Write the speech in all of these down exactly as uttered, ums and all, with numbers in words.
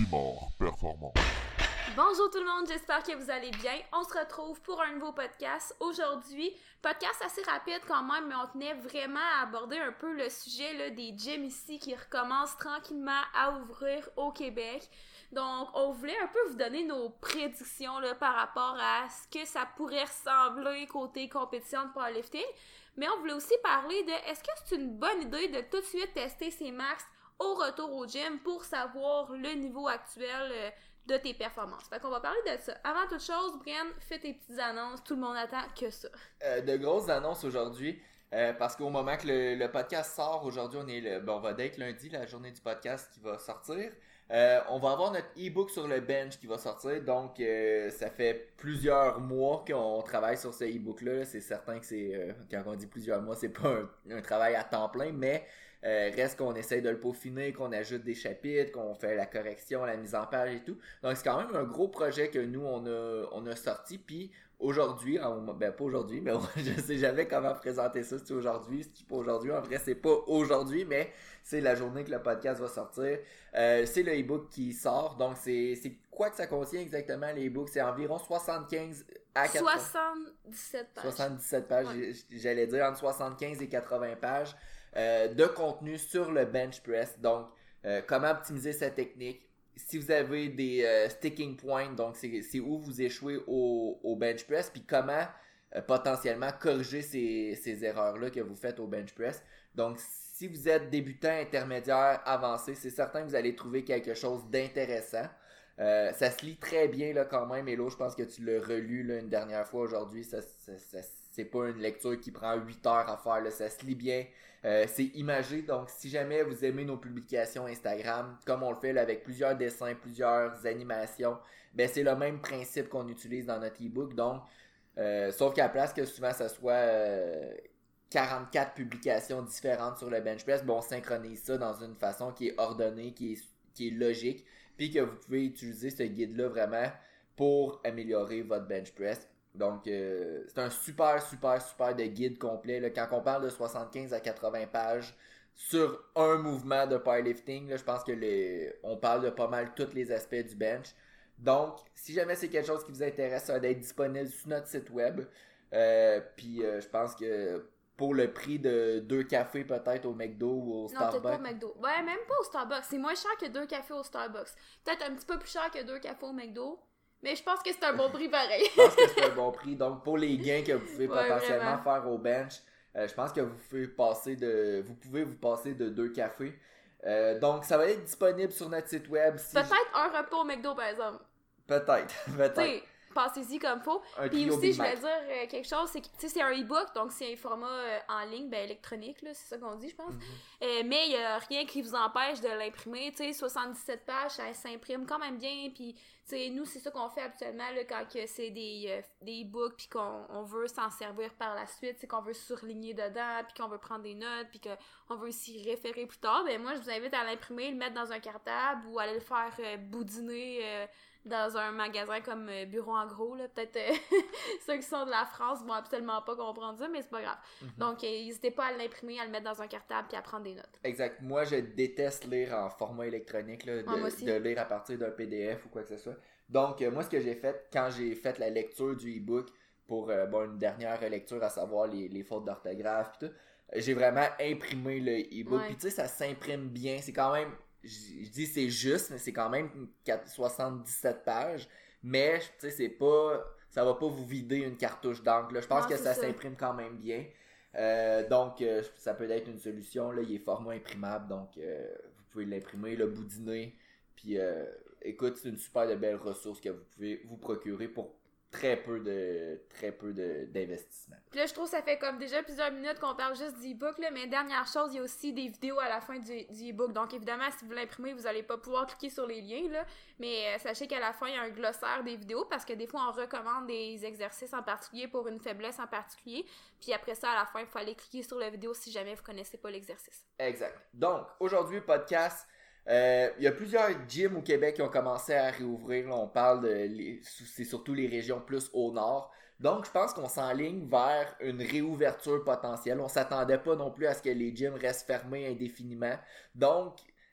Gamer Performance. Bonjour tout le monde, j'espère que vous allez bien. On se retrouve pour un nouveau podcast aujourd'hui. Podcast assez rapide quand même, mais on tenait vraiment à aborder un peu le sujet là, des gyms ici qui recommencent tranquillement à ouvrir au Québec. Donc, on voulait un peu vous donner nos prédictions là, par rapport à ce que ça pourrait ressembler côté compétition de powerlifting. Mais on voulait aussi parler de est-ce que c'est une bonne idée de tout de suite tester ses max au retour au gym pour savoir le niveau actuel euh, de tes performances. Fait qu'on va parler de ça. Avant toute chose, Brian, fais tes petites annonces. Tout le monde attend que ça. Euh, de grosses annonces aujourd'hui, euh, parce qu'au moment que le, le podcast sort, aujourd'hui, on est le, bon, on va d'être lundi, la journée du podcast qui va sortir. Euh, on va avoir notre e-book sur le bench qui va sortir, donc euh, ça fait plusieurs mois qu'on travaille sur ce e-book-là. C'est certain que c'est, euh, quand on dit plusieurs mois, c'est pas un, un travail à temps plein, mais Euh, reste qu'on essaye de le peaufiner, qu'on ajoute des chapitres, qu'on fait la correction, la mise en page et tout. Donc c'est quand même un gros projet que nous on a on a sorti. Puis aujourd'hui, en, ben pas aujourd'hui, mais je sais jamais comment présenter ça. Si c'est aujourd'hui, si c'est pas aujourd'hui, en vrai c'est pas aujourd'hui, mais c'est la journée que le podcast va sortir. Euh, c'est le e-book qui sort. Donc c'est c'est quoi que ça contient exactement les e-books? C'est environ soixante-quinze à quatre-vingts soixante-dix-sept pages. soixante-dix-sept pages, Ouais. j'allais dire entre soixante-quinze et quatre-vingts pages. Euh, de contenu sur le bench press. Donc, euh, comment optimiser sa technique. Si vous avez des euh, sticking points, donc c'est, c'est où vous échouez au, au bench press, puis comment euh, potentiellement corriger ces, ces erreurs-là que vous faites au bench press. Donc, si vous êtes débutant, intermédiaire, avancé, c'est certain que vous allez trouver quelque chose d'intéressant. Euh, ça se lit très bien là quand même, et là je pense que tu l'as relu là, une dernière fois aujourd'hui. Ça, ça, ça, c'est pas une lecture qui prend huit heures à faire, là. Ça se lit bien. Euh, c'est imagé, donc si jamais vous aimez nos publications Instagram, comme on le fait là, avec plusieurs dessins, plusieurs animations, ben c'est le même principe qu'on utilise dans notre e-book. Donc, euh, sauf qu'à la place que souvent ça soit euh, quarante-quatre publications différentes sur le bench press, ben on synchronise ça dans une façon qui est ordonnée, qui est, qui est logique, puis que vous pouvez utiliser ce guide-là vraiment pour améliorer votre bench press. Donc, euh, c'est un super, super, super de guide complet. Là. Quand on parle de soixante-quinze à quatre-vingts pages sur un mouvement de powerlifting, là, je pense que les, on parle de pas mal tous les aspects du bench. Donc, si jamais c'est quelque chose qui vous intéresse, ça va être disponible sur notre site web. Euh, Puis, euh, je pense que pour le prix de deux cafés peut-être au McDo ou au Non, Starbucks. peut-être pas au McDo. Ouais, même pas au Starbucks. C'est moins cher que deux cafés au Starbucks. Peut-être un petit peu plus cher que deux cafés au McDo. Mais je pense que c'est un bon prix pareil. Je pense que c'est un bon prix. Donc, pour les gains que vous pouvez Ouais, potentiellement vraiment. faire au bench, euh, je pense que vous pouvez passer de, vous pouvez vous passer de deux cafés. Euh, donc, ça va être disponible sur notre site web. Si Peut-être un repas au McDo, par exemple. je- Peut-être, Tu peut-être. sais, passez-y comme faut. Un Puis trio aussi, Big je voulais Mac. dire euh, quelque chose, c'est que, tu sais, c'est un e-book, donc c'est un format euh, en ligne, ben électronique, là, c'est ça qu'on dit, je pense. Mm-hmm. Euh, mais il y a rien qui vous empêche de l'imprimer, tu sais, soixante-dix-sept pages, ça s'imprime quand même bien, puis, tu sais, nous, c'est ça qu'on fait habituellement, là, quand que c'est des, euh, des e-books, puis qu'on on veut s'en servir par la suite, c'est qu'on veut surligner dedans, puis qu'on veut prendre des notes, puis qu'on veut s'y référer plus tard, ben moi, je vous invite à l'imprimer, le mettre dans un cartable, ou aller le faire euh, boudiner euh, dans un magasin comme euh, Bureau en gros, là, peut-être euh, ceux qui sont de la France vont absolument pas comprendre ça, mais c'est pas grave. Mm-hmm. Donc, euh, n'hésitez pas à l'imprimer, à le mettre dans un cartable, puis à prendre des notes. Exact. Moi, je déteste lire en format électronique, là, de, Ah, moi aussi. de lire à partir d'un P D F ou quoi que ce soit. Donc, euh, moi, ce que j'ai fait quand j'ai fait la lecture du e-book pour euh, bon, une dernière lecture, à savoir les, les fautes d'orthographe pis tout, j'ai vraiment imprimé le e-book. Ouais. Puis tu sais, ça s'imprime bien. C'est quand même, je je dis c'est juste, mais c'est quand même quatre- soixante-dix-sept pages. Mais, tu sais, c'est pas, ça va pas vous vider une cartouche d'encre, là. Je pense Non, que c'est ça, ça. s'imprime quand même bien. Euh, donc, euh, ça peut être une solution. Là. Il est format imprimable, donc euh, vous pouvez l'imprimer, le boudiner. Puis, euh, écoute, c'est une super de belle ressource que vous pouvez vous procurer pour très peu de très peu de, d'investissement. Puis là, je trouve que ça fait comme déjà plusieurs minutes qu'on parle juste du e-book, là, mais dernière chose, il y a aussi des vidéos à la fin du, du e-book. Donc, évidemment, si vous l'imprimez, vous n'allez pas pouvoir cliquer sur les liens, là, mais euh, sachez qu'à la fin, il y a un glossaire des vidéos parce que des fois, on recommande des exercices en particulier pour une faiblesse en particulier. Puis après ça, à la fin, il faut aller cliquer sur la vidéo si jamais vous connaissez pas l'exercice. Exact. Donc, aujourd'hui, podcast. Euh, il y a plusieurs gyms au Québec qui ont commencé à réouvrir. Là, on parle de... Les, c'est surtout les régions plus au nord. Donc, je pense qu'on s'enligne vers une réouverture potentielle. On s'attendait pas non plus à ce que les gyms restent fermés indéfiniment. Donc,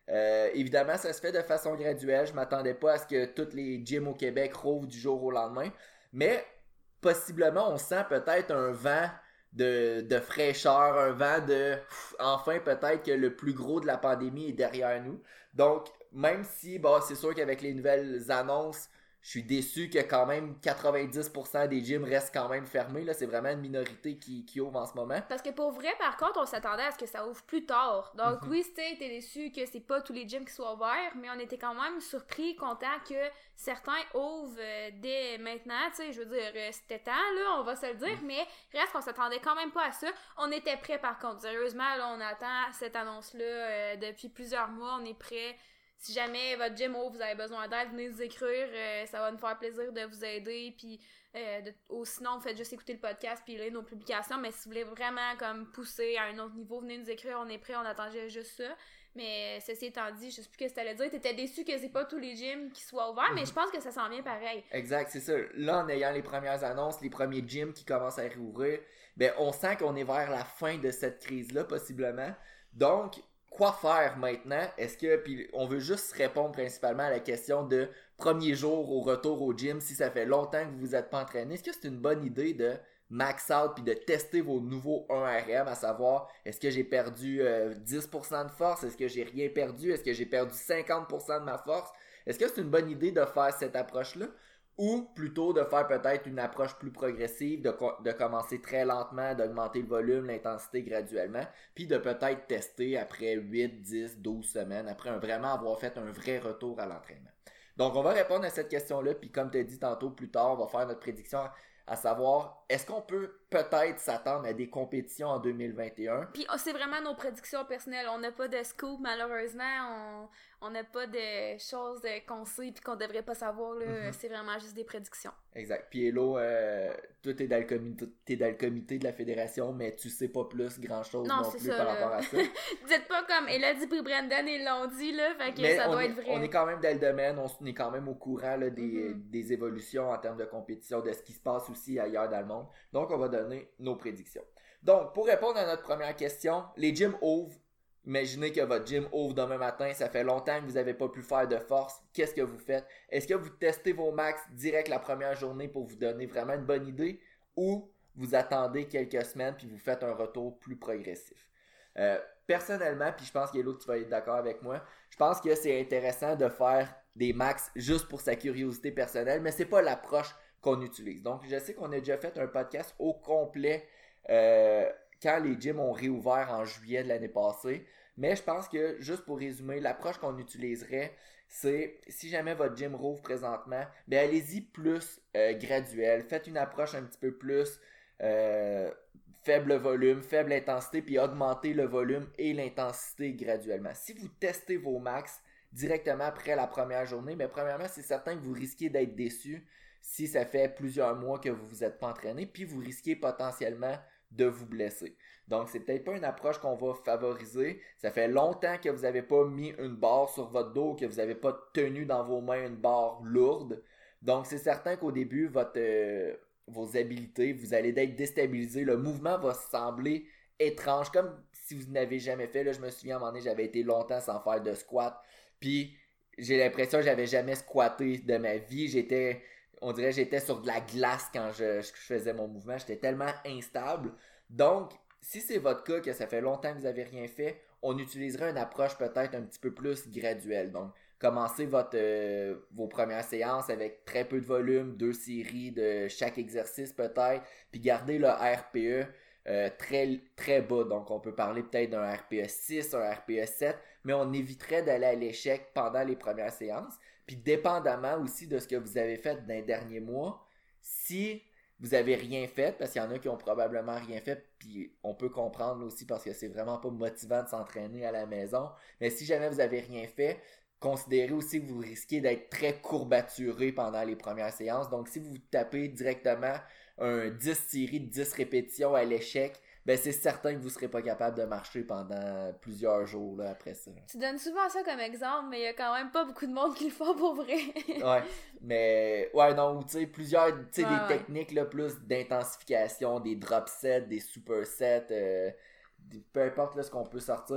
Euh, évidemment, ça se fait de façon graduelle. Je m'attendais pas à ce que tous les gyms au Québec rouvrent du jour au lendemain. Mais possiblement, on sent peut-être un vent de, de fraîcheur, un vent de... Pff, enfin, peut-être que le plus gros de la pandémie est derrière nous. Donc, même si, bon, c'est sûr qu'avec les nouvelles annonces, je suis déçu que quand même quatre-vingt-dix pour cent des gyms restent quand même fermés. Là, c'est vraiment une minorité qui, qui ouvre en ce moment. Parce que pour vrai, par contre, on s'attendait à ce que ça ouvre plus tard. Donc mm-hmm. oui, c'était été déçu que c'est pas tous les gyms qui soient ouverts, mais on était quand même surpris, contents que certains ouvrent euh, dès maintenant. Tu sais, je veux dire, euh, c'était temps, là, on va se le dire, mm-hmm. mais reste qu'on s'attendait quand même pas à ça. On était prêts, par contre. Sérieusement, là, on attend cette annonce-là euh, depuis plusieurs mois. On est prêts. Si jamais votre gym ouvre, vous avez besoin d'aide, venez nous écrire, euh, ça va nous faire plaisir de vous aider, puis euh, de, ou sinon, faites juste écouter le podcast puis lire nos publications, mais si vous voulez vraiment comme pousser à un autre niveau, venez nous écrire, on est prêts, on attendait juste ça. Mais ceci étant dit, je sais plus ce que tu allais dire, t'étais déçu que c'est pas tous les gyms qui soient ouverts, mm-hmm. mais je pense que ça s'en vient pareil. Exact, c'est ça. Là, en ayant les premières annonces, les premiers gyms qui commencent à réouvrir, ben on sent qu'on est vers la fin de cette crise-là, possiblement. Donc, quoi faire maintenant? Est-ce que, puis on veut juste répondre principalement à la question de premier jour au retour au gym, si ça fait longtemps que vous vous êtes pas entraîné, est-ce que c'est une bonne idée de max out puis de tester vos nouveaux un R M, à savoir, est-ce que j'ai perdu euh, dix pour cent de force? Est-ce que j'ai rien perdu? Est-ce que j'ai perdu cinquante pour cent de ma force? Est-ce que c'est une bonne idée de faire cette approche-là? Ou plutôt de faire peut-être une approche plus progressive, de, co- de commencer très lentement, d'augmenter le volume, l'intensité graduellement, puis de peut-être tester après huit, dix, douze semaines, après un, vraiment avoir fait un vrai retour à l'entraînement. Donc on va répondre à cette question-là, puis comme tu as dit tantôt plus tard, on va faire notre prédiction à savoir, est-ce qu'on peut peut-être s'attendre à des compétitions en deux mille vingt et un? Puis oh, c'est vraiment nos prédictions personnelles. On n'a pas de scoop, malheureusement. On n'a pas de choses qu'on sait puis qu'on devrait pas savoir. Là. Mm-hmm. C'est vraiment juste des prédictions. Exact. Puis Hello, euh, toi, t'es dans, le comité, t'es dans le comité de la fédération, mais tu sais pas plus grand-chose non, non plus ça, par là. rapport à ça. Dites pas comme Elodie puis Brandon, ils l'ont dit, là, fait que mais ça doit est, être vrai. On est quand même dans le domaine, on est quand même au courant là, des, mm-hmm. des évolutions en termes de compétition, de ce qui se passe aussi ailleurs dans le monde. Donc, on va donner nos prédictions. Donc, pour répondre à notre première question, les gyms ouvrent. Imaginez que votre gym ouvre demain matin, ça fait longtemps que vous n'avez pas pu faire de force. Qu'est-ce que vous faites? Est-ce que vous testez vos max direct la première journée pour vous donner vraiment une bonne idée? Ou vous attendez quelques semaines puis vous faites un retour plus progressif? Euh, personnellement, puis je pense qu'il y a l'autre qui va être d'accord avec moi, je pense que c'est intéressant de faire des max juste pour sa curiosité personnelle, mais c'est pas l'approche qu'on utilise. Donc, je sais qu'on a déjà fait un podcast au complet euh, quand les gyms ont réouvert en juillet de l'année passée. Mais je pense que, juste pour résumer, l'approche qu'on utiliserait, c'est, si jamais votre gym rouvre présentement, ben allez-y plus euh, graduel. Faites une approche un petit peu plus euh, faible volume, faible intensité, puis augmentez le volume et l'intensité graduellement. Si vous testez vos max directement après la première journée, mais premièrement, c'est certain que vous risquez d'être déçu si ça fait plusieurs mois que vous vous êtes pas entraîné, puis vous risquez potentiellement de vous blesser. Donc, c'est peut-être pas une approche qu'on va favoriser. Ça fait longtemps que vous n'avez pas mis une barre sur votre dos, que vous n'avez pas tenu dans vos mains une barre lourde. Donc, c'est certain qu'au début, votre, euh, vos habilités, vous allez être déstabilisé. Le mouvement va sembler étrange, comme si vous n'avez jamais fait. Là, je me souviens, à un moment donné, j'avais été longtemps sans faire de squat. Puis, j'ai l'impression que j'avais jamais squatté de ma vie. J'étais... On dirait que j'étais sur de la glace quand je, je faisais mon mouvement. J'étais tellement instable. Donc, si c'est votre cas, que ça fait longtemps que vous n'avez rien fait, on utiliserait une approche peut-être un petit peu plus graduelle. Donc, commencez votre, euh, vos premières séances avec très peu de volume, deux séries de chaque exercice peut-être, puis gardez le R P E euh, très, très bas. Donc, on peut parler peut-être d'un R P E six, un R P E sept, mais on éviterait d'aller à l'échec pendant les premières séances. Puis dépendamment aussi de ce que vous avez fait dans les derniers mois, si vous avez rien fait, parce qu'il y en a qui ont probablement rien fait, puis on peut comprendre aussi parce que c'est vraiment pas motivant de s'entraîner à la maison, mais si jamais vous avez rien fait, considérez aussi que vous risquez d'être très courbaturé pendant les premières séances. Donc si vous tapez directement un dix séries de dix répétitions à l'échec, ben c'est certain que vous ne serez pas capable de marcher pendant plusieurs jours là, après ça. Tu donnes souvent ça comme exemple, mais il y a quand même pas beaucoup de monde qui le font pour vrai. Ouais, mais ouais, non, tu sais, plusieurs, tu sais, ouais, des ouais. techniques là, plus d'intensification, des drop sets, des super sets, euh, des, peu importe là, ce qu'on peut sortir,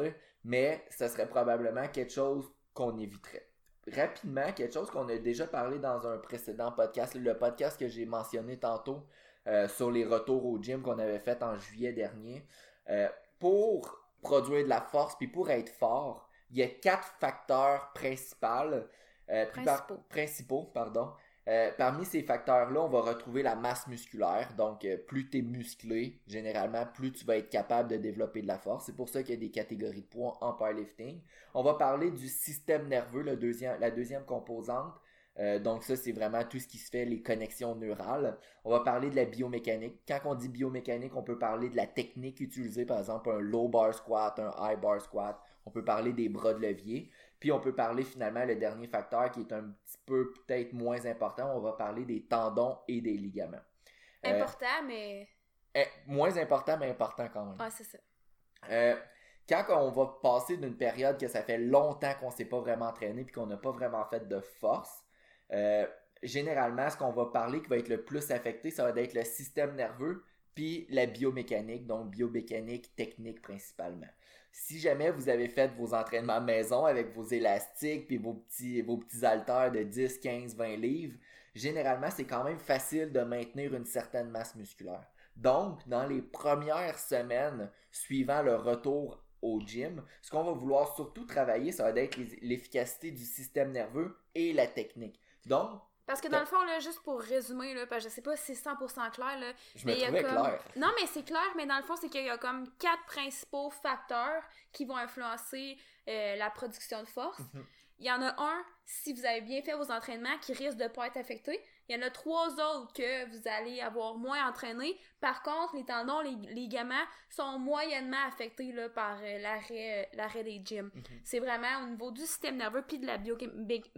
mais ce serait probablement quelque chose qu'on éviterait. Rapidement, quelque chose qu'on a déjà parlé dans un précédent podcast, le podcast que j'ai mentionné tantôt euh, sur les retours au gym qu'on avait fait en juillet dernier. Euh, pour produire de la force puis pour être fort, il y a quatre facteurs principaux. Euh, Principaux. Par, principaux, pardon. Euh, parmi ces facteurs-là, on va retrouver la masse musculaire. Donc, euh, plus tu es musclé, généralement, plus tu vas être capable de développer de la force. C'est pour ça qu'il y a des catégories de poids en powerlifting. On va parler du système nerveux, le deuxième, la deuxième composante. Euh, donc ça, c'est vraiment tout ce qui se fait, les connexions neurales. On va parler de la biomécanique. Quand on dit biomécanique, on peut parler de la technique utilisée, par exemple un low bar squat, un high bar squat. On peut parler des bras de levier. Puis on peut parler finalement, le dernier facteur qui est un petit peu peut-être moins important, on va parler des tendons et des ligaments. Important, euh, mais... Eh, moins important, mais important quand même. Ah, c'est ça. Euh, quand on va passer d'une période que ça fait longtemps qu'on ne s'est pas vraiment entraîné puis qu'on n'a pas vraiment fait de force, euh, généralement, ce qu'on va parler qui va être le plus affecté, ça va être le système nerveux puis la biomécanique, donc biomécanique technique principalement. Si jamais vous avez fait vos entraînements à maison avec vos élastiques puis vos petits, vos petits haltères de dix, quinze, vingt livres, généralement, c'est quand même facile de maintenir une certaine masse musculaire. Donc, dans les premières semaines suivant le retour au gym, ce qu'on va vouloir surtout travailler, ça va être l'efficacité du système nerveux et la technique. Donc, parce que dans le fond, là, juste pour résumer, là, parce que je sais pas si c'est cent pour cent clair, là, je me mais trouvais comme... clair. Non, mais c'est clair, mais dans le fond, c'est qu'il y a comme quatre principaux facteurs qui vont influencer euh, la production de force. Mm-hmm. Il y en a un, si vous avez bien fait vos entraînements, qui risque de ne pas être affecté. Il y en a trois autres que vous allez avoir moins entraîné. Par contre, les tendons, les, les ligaments sont moyennement affectés là, par euh, l'arrêt, euh, l'arrêt des gyms. Mm-hmm. C'est vraiment au niveau du système nerveux puis de la bio... biomécanique.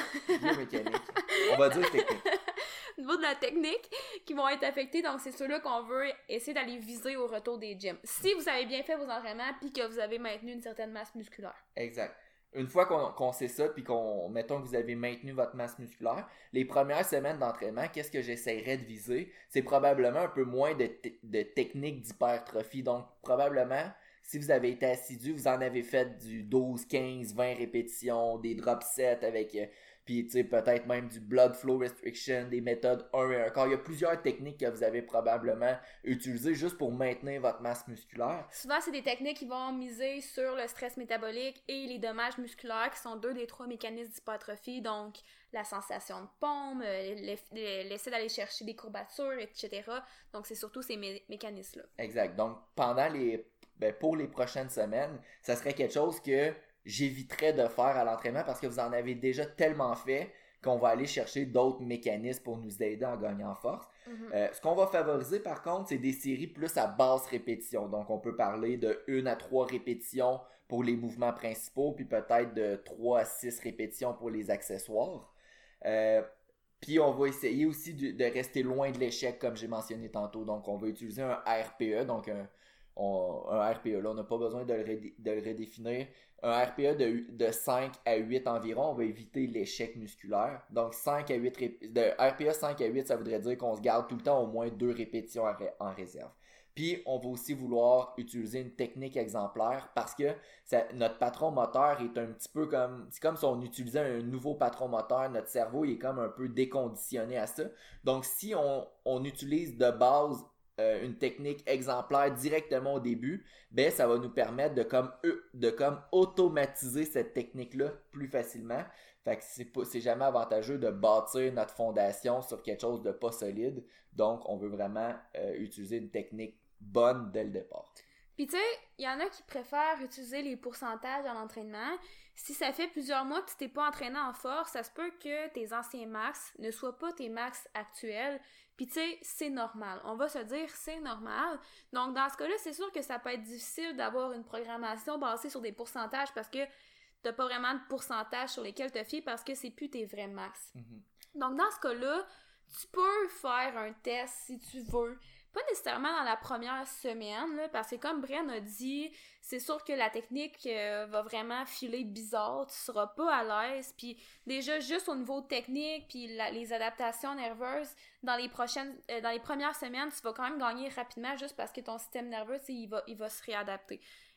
On va dire technique. Au niveau de la technique qui vont être affectés. Donc, c'est ceux-là qu'on veut essayer d'aller viser au retour des gyms. Si vous avez bien fait vos entraînements puis que vous avez maintenu une certaine masse musculaire. Exact. Une fois qu'on, qu'on sait ça, puis qu'on, mettons que vous avez maintenu votre masse musculaire, les premières semaines d'entraînement, qu'est-ce que j'essaierais de viser? C'est probablement un peu moins de, t- de technique d'hypertrophie. Donc, probablement, si vous avez été assidu, vous en avez fait du douze, quinze, vingt répétitions, des drop sets avec... Euh, puis, tu sais, peut-être même du blood flow restriction, des méthodes un et un quart. Il y a plusieurs techniques que vous avez probablement utilisées juste pour maintenir votre masse musculaire. Souvent, c'est des techniques qui vont miser sur le stress métabolique et les dommages musculaires, qui sont deux des trois mécanismes d'hypertrophie. Donc, la sensation de paume, l'essai d'aller chercher des courbatures, et cetera. Donc, c'est surtout ces mé- mécanismes-là. Exact. Donc, pendant les... Ben, pour les prochaines semaines, ça serait quelque chose que... j'éviterais de faire à l'entraînement parce que vous en avez déjà tellement fait qu'on va aller chercher d'autres mécanismes pour nous aider à gagner en force. Mm-hmm. Euh, ce qu'on va favoriser par contre, c'est des séries plus à basse répétition. Donc on peut parler de une à trois répétitions pour les mouvements principaux, puis peut-être de trois à six répétitions pour les accessoires. Euh, puis on va essayer aussi de, de rester loin de l'échec comme j'ai mentionné tantôt. Donc on va utiliser un R P E, donc un, on, un R P E, là on n'a pas besoin de le, redé, de le redéfinir. Un R P E de, de cinq à huit environ, on va éviter l'échec musculaire. Donc cinq à huit rép... de R P E cinq à huit, ça voudrait dire qu'on se garde tout le temps au moins deux répétitions en, ré... en réserve. Puis on va aussi vouloir utiliser une technique exemplaire parce que ça, notre patron moteur est un petit peu comme... C'est comme si on utilisait un nouveau patron moteur. Notre cerveau il est comme un peu déconditionné à ça. Donc si on, on utilise de base Euh, une technique exemplaire directement au début, ben ça va nous permettre de comme de comme automatiser cette technique-là plus facilement. Fait que c'est pas, c'est jamais avantageux de bâtir notre fondation sur quelque chose de pas solide. Donc, on veut vraiment euh, utiliser une technique bonne dès le départ. Puis tu sais, il y en a qui préfèrent utiliser les pourcentages à l'entraînement. Si ça fait plusieurs mois que tu t'es pas entraîné en force, ça se peut que tes anciens max ne soient pas tes max actuels. Puis tu sais, c'est normal. On va se dire, c'est normal. Donc dans ce cas-là, c'est sûr que ça peut être difficile d'avoir une programmation basée sur des pourcentages parce que t'as pas vraiment de pourcentage sur lesquels te fier parce que c'est plus tes vrais max. Mm-hmm. Donc dans ce cas-là, tu peux faire un test si tu veux. Pas nécessairement dans la première semaine, là, parce que comme Bren a dit, c'est sûr que la technique euh, va vraiment filer bizarre, tu seras pas à l'aise, puis déjà juste au niveau technique, puis la, les adaptations nerveuses, dans les prochaines, euh, dans les premières semaines, tu vas quand même gagner rapidement juste parce que ton système nerveux, il va, il va se réadapter.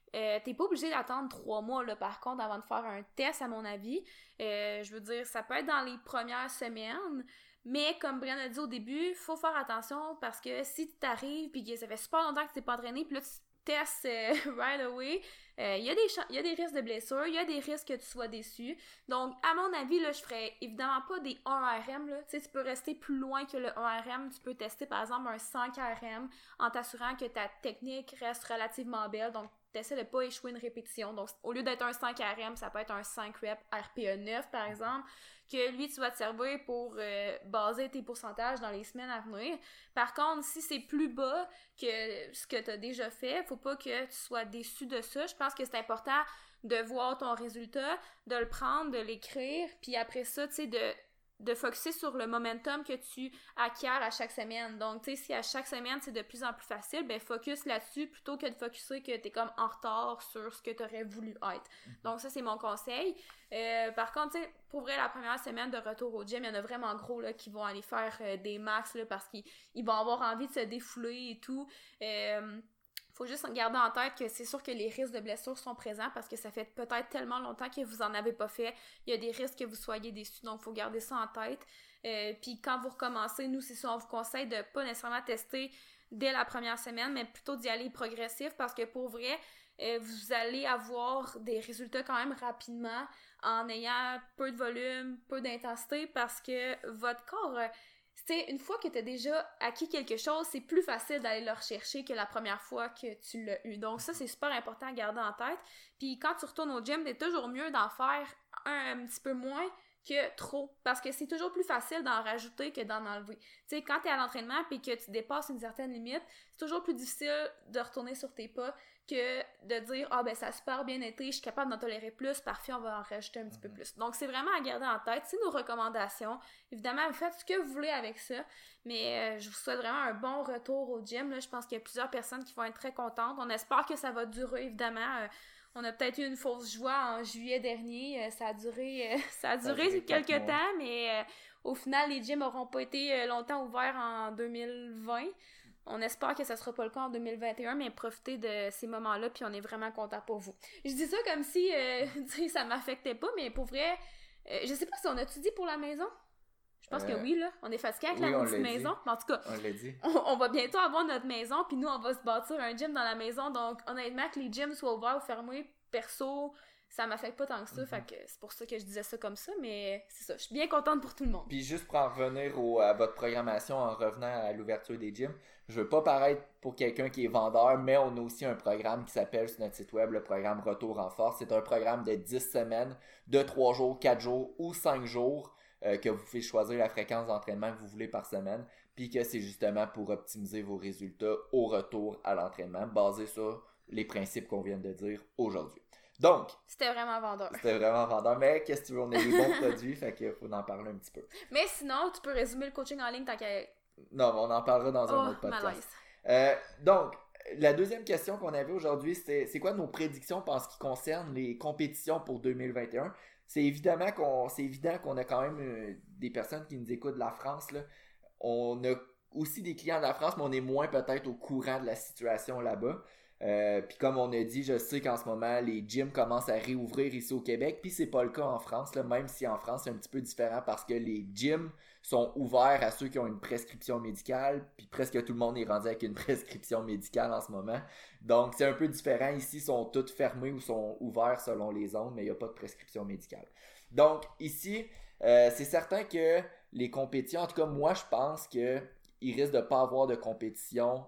Euh, t'es pas obligé d'attendre trois mois, là, par contre, avant de faire un test, à mon avis. Euh, je veux dire, ça peut être dans les premières semaines, mais comme Brian a dit au début, faut faire attention parce que si tu t'arrives puis que ça fait super longtemps que tu t'es pas entraîné, puis là, tu testes euh, right away, il euh, y, y a des risques de blessures, il y a des risques que tu sois déçu. Donc, à mon avis, là, je ferais évidemment pas des un R M, là. Tu sais, tu peux rester plus loin que le un R M. Tu peux tester, par exemple, un cinq R M en t'assurant que ta technique reste relativement belle. Donc, t'essaies de pas échouer une répétition. Donc, au lieu d'être un cinq R M, ça peut être un cinq rep R P E neuf, par exemple, que lui, tu vas te servir pour euh, baser tes pourcentages dans les semaines à venir. Par contre, si c'est plus bas que ce que tu as déjà fait, faut pas que tu sois déçu de ça. Je pense que c'est important de voir ton résultat, de le prendre, de l'écrire, puis après ça, tu sais, de de focusser sur le momentum que tu acquiers à chaque semaine. Donc, tu sais, si à chaque semaine, c'est de plus en plus facile, ben focus là-dessus plutôt que de focuser que t'es comme en retard sur ce que t'aurais voulu être. Donc, ça, c'est mon conseil. Euh, par contre, tu sais, pour vrai, la première semaine de retour au gym, il y en a vraiment gros, là, qui vont aller faire euh, des max, là, parce qu'ils ils vont avoir envie de se défouler et tout. Euh... Faut juste garder en tête que c'est sûr que les risques de blessures sont présents parce que ça fait peut-être tellement longtemps que vous en avez pas fait. Il y a des risques que vous soyez déçus, donc faut garder ça en tête. Euh, puis quand vous recommencez, nous, c'est ça, on vous conseille de pas nécessairement tester dès la première semaine, mais plutôt d'y aller progressif parce que pour vrai, euh, vous allez avoir des résultats quand même rapidement en ayant peu de volume, peu d'intensité parce que votre corps... Euh, c'est une fois que tu as déjà acquis quelque chose, c'est plus facile d'aller le rechercher que la première fois que tu l'as eu. Donc ça, c'est super important à garder en tête. Puis quand tu retournes au gym, c'est toujours mieux d'en faire un, un petit peu moins que trop. Parce que c'est toujours plus facile d'en rajouter que d'en enlever. Tu sais, quand tu es à l'entraînement et que tu dépasses une certaine limite, c'est toujours plus difficile de retourner sur tes pas que de dire « Ah, ben ça a super bien été, je suis capable d'en tolérer plus, parfait, on va en rajouter un petit peu plus. » Donc, c'est vraiment à garder en tête. C'est nos recommandations. Évidemment, vous faites ce que vous voulez avec ça, mais euh, je vous souhaite vraiment un bon retour au gym. Là. Je pense qu'il y a plusieurs personnes qui vont être très contentes. On espère que ça va durer, évidemment. Euh, on a peut-être eu une fausse joie en juillet dernier. Euh, ça a duré, euh, ça a duré, ça a duré quelques temps, mais euh, au final, les gyms n'auront pas été euh, longtemps ouverts en deux mille vingt. On espère que ça sera pas le cas en deux mille vingt et un, mais profitez de ces moments-là, puis on est vraiment content pour vous. Je dis ça comme si euh, ça m'affectait pas, mais pour vrai, euh, je sais pas si on a-tu dit pour la maison? Je pense euh, que oui, là. On est fatigué avec oui, la petite maison. Mais en tout cas, on l'a dit. On, on va bientôt avoir notre maison, puis nous, on va se bâtir un gym dans la maison. Donc, honnêtement, que les gyms soient ouverts ou fermés, perso, ça m'affecte pas tant que ça. Mm-hmm. Fait que c'est pour ça que je disais ça comme ça, mais c'est ça. Je suis bien contente pour tout le monde. Puis juste pour en revenir au, à votre programmation en revenant à l'ouverture des gyms, je veux pas paraître pour quelqu'un qui est vendeur, mais on a aussi un programme qui s'appelle sur notre site web le programme Retour en force. C'est un programme de dix semaines, de trois jours, quatre jours ou cinq jours euh, que vous pouvez choisir la fréquence d'entraînement que vous voulez par semaine, puis que c'est justement pour optimiser vos résultats au retour à l'entraînement, basé sur les principes qu'on vient de dire aujourd'hui. Donc, c'était vraiment vendeur. C'était vraiment vendeur, mais qu'est-ce que tu veux, on a des bons produits, fait qu'il faut en parler un petit peu. Mais sinon, tu peux résumer le coaching en ligne tant qu'à... Non, on en parlera dans un oh, autre podcast. Euh, donc, la deuxième question qu'on avait aujourd'hui, c'était c'est quoi nos prédictions en ce qui concerne les compétitions pour deux mille vingt et un? C'est évidemment qu'on, c'est évident qu'on a quand même euh, des personnes qui nous écoutent de la France, là. On a aussi des clients de la France, mais on est moins peut-être au courant de la situation là-bas. Euh, puis comme on a dit, je sais qu'en ce moment les gyms commencent à réouvrir ici au Québec, puis c'est pas le cas en France là, même si en France c'est un petit peu différent parce que les gyms sont ouverts à ceux qui ont une prescription médicale, puis presque tout le monde est rendu avec une prescription médicale en ce moment, donc c'est un peu différent. Ici, ils sont tous fermés ou sont ouverts selon les zones, mais il n'y a pas de prescription médicale. Donc ici, euh, c'est certain que les compétitions, en tout cas moi je pense que il risque de pas avoir de compétition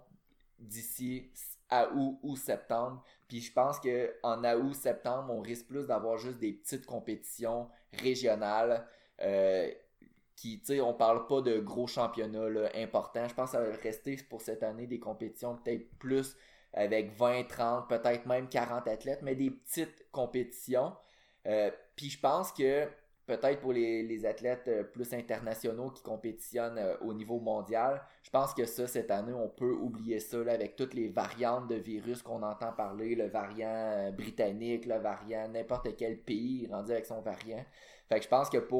d'ici à août ou septembre. Puis je pense qu'en août, septembre, on risque plus d'avoir juste des petites compétitions régionales euh, qui, tu sais, on parle pas de gros championnats là, importants. Je pense que ça va rester pour cette année des compétitions peut-être plus avec vingt, trente, peut-être même quarante athlètes, mais des petites compétitions. Euh, puis je pense que peut-être pour les, les athlètes plus internationaux qui compétitionnent au niveau mondial, je pense que ça, cette année, on peut oublier ça là, avec toutes les variantes de virus qu'on entend parler, le variant britannique, le variant n'importe quel pays rendu avec son variant. Fait que je pense que pour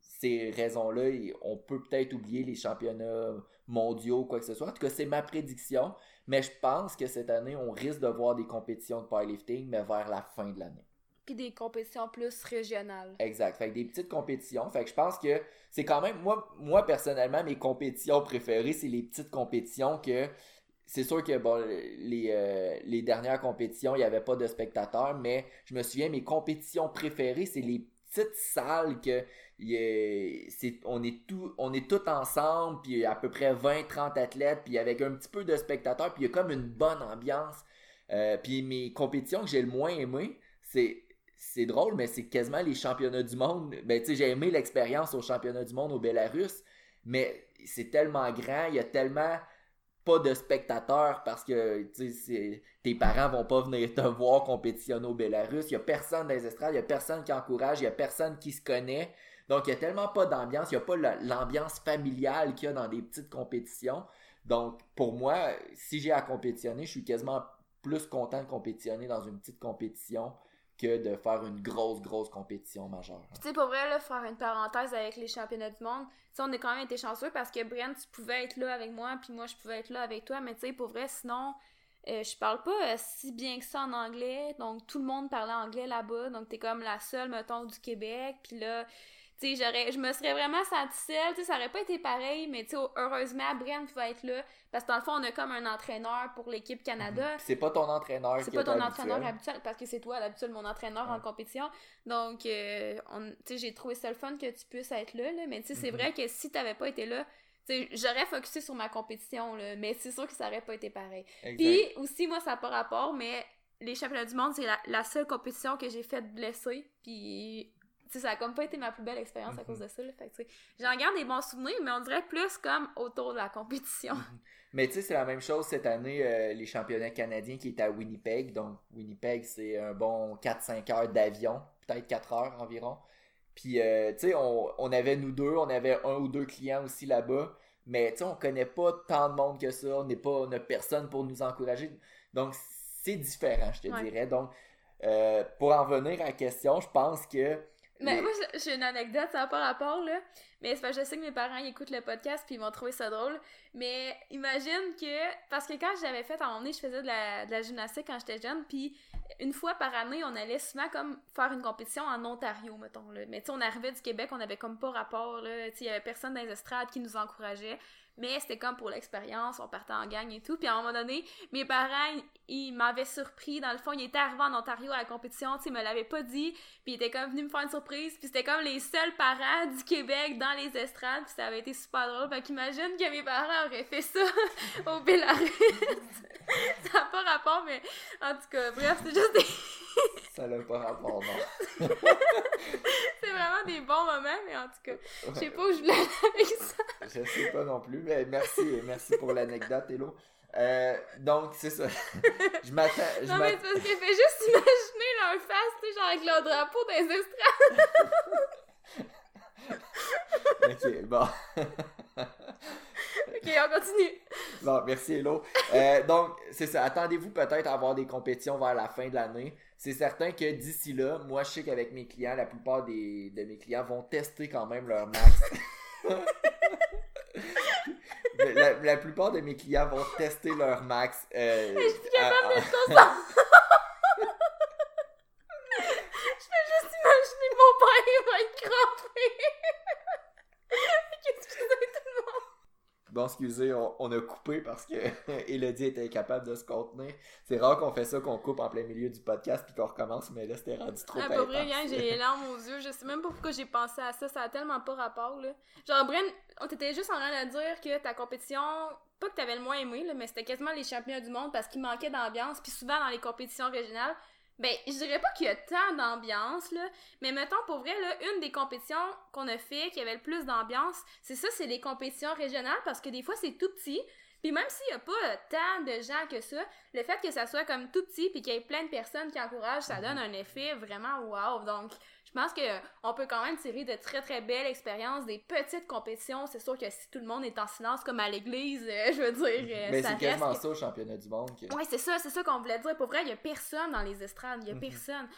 ces raisons-là, on peut peut-être oublier les championnats mondiaux, quoi que ce soit. En tout cas, c'est ma prédiction. Mais je pense que cette année, on risque de voir des compétitions de powerlifting, mais vers la fin de l'année. Puis des compétitions plus régionales. Exact. Fait que des petites compétitions. Fait que je pense que c'est quand même... Moi, moi personnellement, mes compétitions préférées, c'est les petites compétitions que... C'est sûr que bon, les, euh, les dernières compétitions, il n'y avait pas de spectateurs, mais je me souviens, mes compétitions préférées, c'est les petites salles que y a, c'est, on est tout, on est tous ensemble, puis il y a à peu près vingt trente athlètes, puis avec un petit peu de spectateurs, puis il y a comme une bonne ambiance. Euh, puis mes compétitions que j'ai le moins aimées, c'est, c'est drôle, mais c'est quasiment les championnats du monde. Ben, tu sais, j'ai aimé l'expérience aux championnats du monde au Bélarus, mais c'est tellement grand, il y a tellement pas de spectateurs parce que tu sais, tes parents vont pas venir te voir compétitionner au Bélarus. Il y a personne dans les estrades, il y a personne qui encourage, il y a personne qui se connaît. Donc, il y a tellement pas d'ambiance, il y a pas l'ambiance familiale qu'il y a dans des petites compétitions. Donc, pour moi, si j'ai à compétitionner, je suis quasiment plus content de compétitionner dans une petite compétition que de faire une grosse, grosse compétition majeure. Tu sais, pour vrai, là, faire une parenthèse avec les championnats du monde, tu sais, on a quand même été chanceux parce que Brent, tu pouvais être là avec moi, puis moi, je pouvais être là avec toi, mais tu sais, pour vrai, sinon, euh, je parle pas euh, si bien que ça en anglais, donc tout le monde parlait anglais là-bas, donc t'es comme la seule, mettons, du Québec, puis là... Tu sais, j'aurais, je me serais vraiment sentie seule, tu sais, ça aurait pas été pareil, mais tu sais, heureusement, Brent va être là, parce que dans le fond, on a comme un entraîneur pour l'équipe Canada. Mm-hmm. C'est pas ton entraîneur c'est qui pas est ton habituel. entraîneur habituel, parce que c'est toi, d'habitude, mon entraîneur ouais. en compétition. Donc, euh, on, tu sais, j'ai trouvé ça le fun que tu puisses être là, là mais tu sais, c'est mm-hmm. vrai que si t'avais pas été là, tu sais, j'aurais focusé sur ma compétition, là, mais c'est sûr que ça aurait pas été pareil. Exact. Puis aussi, moi, ça n'a pas rapport, mais les championnats du monde, c'est la, la seule compétition que j'ai faite blessée, puis... Tu sais, ça a comme pas été ma plus belle expérience mm-hmm. à cause de ça. Là. Fait que, tu sais, j'en garde des bons souvenirs, mais on dirait plus comme autour de la compétition. Mm-hmm. Mais tu sais, c'est la même chose cette année, euh, les championnats canadiens qui étaient à Winnipeg. Donc, Winnipeg, c'est un bon quatre cinq heures d'avion, peut-être quatre heures environ. Puis, euh, tu sais, on, on avait nous deux, on avait un ou deux clients aussi là-bas. Mais tu sais, on connaît pas tant de monde que ça. On n'est pas, on n'a personne pour nous encourager. Donc, c'est différent, je te ouais. dirais. Donc, euh, pour en venir à la question, je pense que Mais les... moi, j'ai une anecdote, ça n'a pas rapport, là. Mais c'est parce que je sais que mes parents ils écoutent le podcast puis ils vont trouver ça drôle. Mais imagine que... Parce que quand j'avais fait, à un moment donné, je faisais de la, de la gymnastique quand j'étais jeune. Puis une fois par année, on allait souvent comme faire une compétition en Ontario, mettons, là. Mais tu sais, on arrivait du Québec, on avait comme pas rapport, là. Tu sais, il y avait personne dans les estrades qui nous encourageait. Mais c'était comme pour l'expérience, on partait en gang et tout. Puis à un moment donné, mes parents, ils, ils m'avaient surpris. Dans le fond, ils étaient arrivés en Ontario à la compétition, tu sais, ils me l'avaient pas dit. Puis ils étaient comme venus me faire une surprise. Puis c'était comme les seuls parents du Québec dans les estrades. Puis ça avait été super drôle. Fait qu'imagine que mes parents auraient fait ça au Bélarus. Ça n'a pas rapport, mais en tout cas, bref, c'est juste des... Ça n'a pas rapport, non. C'est vraiment des bons moments, mais en tout cas, je sais pas où je voulais aller avec ça. Je sais pas non plus, mais merci, merci pour l'anecdote, Hello. Euh, donc, c'est ça. Je m'attends... Je non, mais c'est parce que fait juste imaginer leur face, tu sais, genre avec leur drapeau dans les estrades. Ok, bon. Ok, on continue. Bon, merci, Hello. Euh, donc, c'est ça. Attendez-vous peut-être à avoir des compétitions vers la fin de l'année. C'est certain que d'ici là, moi, je sais qu'avec mes clients, la plupart des, de mes clients vont tester quand même leur max. la, la plupart de mes clients vont tester leur max. Euh, je suis capable de tout ça. Je fais juste imaginer mon père, il va être crampé. Excusez tout le monde. Bon, excusez, on, on a coupé parce que Elodie était incapable de se contenir. C'est rare qu'on fait ça, qu'on coupe en plein milieu du podcast puis qu'on recommence, mais là, c'était rendu trop intense. Ah, pour vrai, hein, j'ai les larmes aux yeux. Je sais même pas pourquoi j'ai pensé à ça. Ça a tellement pas rapport, là. Genre, Bren, on t'était juste en train de dire que ta compétition, pas que t'avais le moins aimé, là, mais c'était quasiment les championnats du monde parce qu'il manquait d'ambiance. Puis souvent, dans les compétitions régionales, ben, je dirais pas qu'il y a tant d'ambiance, là, mais mettons, pour vrai, là, une des compétitions qu'on a fait, qui avait le plus d'ambiance, c'est ça, c'est les compétitions régionales, parce que des fois, c'est tout petit, puis même s'il y a pas tant de gens que ça, le fait que ça soit comme tout petit, puis qu'il y ait plein de personnes qui encouragent, ça donne un effet vraiment wow, donc... Je pense qu'on peut quand même tirer de très très belles expériences, des petites compétitions. C'est sûr que si tout le monde est en silence comme à l'église, euh, je veux dire, euh, mais ça c'est quasiment reste... ça au championnat du monde. Que... Oui, c'est ça, c'est ça qu'on voulait dire. Pour vrai, il y a personne dans les estrades, il y a mm-hmm. personne.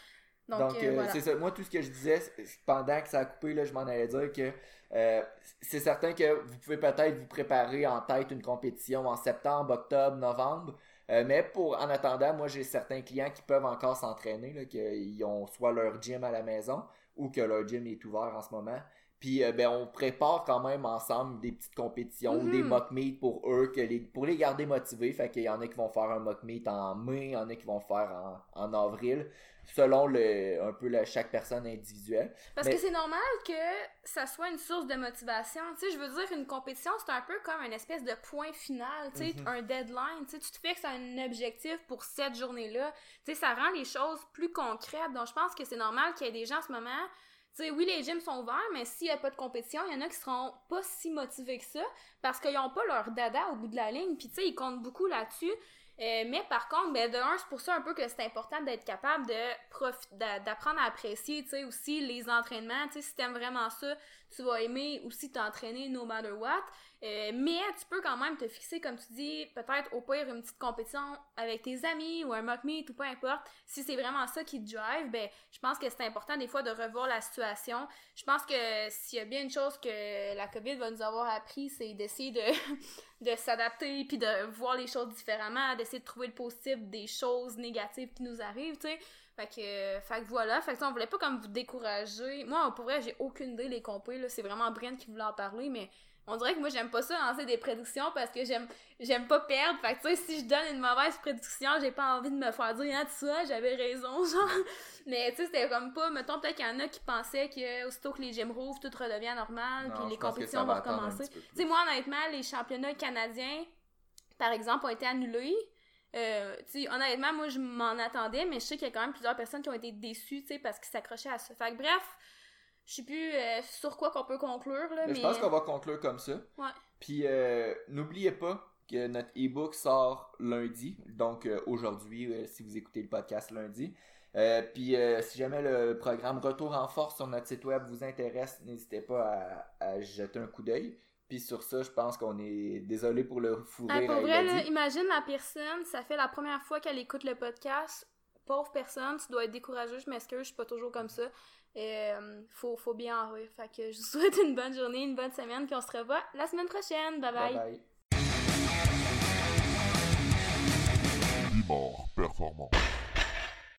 Donc, Donc euh, euh, voilà. c'est ça. Moi, tout ce que je disais pendant que ça a coupé, là, je m'en allais dire que euh, c'est certain que vous pouvez peut-être vous préparer en tête une compétition en septembre, octobre, novembre. Euh, mais pour en attendant, moi j'ai certains clients qui peuvent encore s'entraîner, là, qu'ils ont soit leur gym à la maison ou que leur gym est ouvert en ce moment. Puis euh, ben on prépare quand même ensemble des petites compétitions, Mm-hmm. des mock meets pour eux, que les, pour les garder motivés. Fait qu'il y en a qui vont faire un mock meet en mai, il y en a qui vont le faire en, en avril, selon le un peu la, chaque personne individuelle. Parce Mais- que c'est normal que ça soit une source de motivation. Tu sais, je veux dire, une compétition, c'est un peu comme une espèce de point final, tu sais, Mhm. un deadline. Tu sais, tu te fixes un objectif pour cette journée-là. Tu sais, ça rend les choses plus concrètes. Donc, je pense que c'est normal qu'il y ait des gens en ce moment. Tu sais, oui, les gyms sont ouverts, mais s'il n'y a pas de compétition, il y en a qui seront pas si motivés que ça parce qu'ils n'ont pas leur dada au bout de la ligne. Puis, tu sais, ils comptent beaucoup là-dessus. Euh, mais par contre, ben, de un, c'est pour ça un peu que c'est important d'être capable de profi- d'a- d'apprendre à apprécier, tu sais, aussi les entraînements. Tu sais, si t'aimes vraiment ça, tu vas aimer aussi t'entraîner no matter what. Euh, mais tu peux quand même te fixer, comme tu dis, peut-être au pire une petite compétition avec tes amis ou un mock meet ou peu importe. Si c'est vraiment ça qui te drive, ben je pense que c'est important des fois de revoir la situation. Je pense que s'il y a bien une chose que la COVID va nous avoir appris, c'est d'essayer de, de s'adapter puis de voir les choses différemment, d'essayer de trouver le positif des choses négatives qui nous arrivent, tu sais. Fait que, euh, fait que voilà, fait que ça, on voulait pas comme vous décourager. Moi, pour vrai, j'ai aucune idée les compés, là, c'est vraiment Brent qui voulait en parler, mais on dirait que moi, j'aime pas ça lancer des prédictions parce que j'aime j'aime pas perdre. Fait que, tu sais, si je donne une mauvaise prédiction, j'ai pas envie de me faire dire, ah, tu vois, j'avais raison, genre. Mais, tu sais, c'était comme pas, mettons, peut-être qu'il y en a qui pensaient que aussitôt que les gyms rouvrent, tout redevient normal, Non, puis je les pense que compétitions ça vont va attendre un recommencer. petit peu plus. Tu sais, moi, honnêtement, les championnats canadiens, par exemple, ont été annulés. Euh, tu sais, honnêtement, moi, je m'en attendais, mais je sais qu'il y a quand même plusieurs personnes qui ont été déçues, tu sais, parce qu'ils s'accrochaient à ça. Fait que, bref, je sais plus euh, sur quoi qu'on peut conclure, là, mais... Je pense qu'on va conclure comme ça. Ouais. Puis euh, n'oubliez pas que notre e-book sort lundi, donc euh, aujourd'hui, euh, si vous écoutez le podcast lundi. Euh, puis euh, si jamais le programme Retour en force sur notre site web vous intéresse, n'hésitez pas à, à jeter un coup d'œil. Puis sur ça, je pense qu'on est désolé pour le fou Ah, rire pour à vrai, Elodie. là, imagine la personne, ça fait la première fois qu'elle écoute le podcast. Pauvre personne, tu dois être découragée, je m'excuse, je suis pas toujours comme ça. Euh, faut, faut bien en rire. Fait que je vous souhaite une bonne journée, une bonne semaine, puis on se revoit la semaine prochaine. Bye bye! Bye bye. Bimor Performance.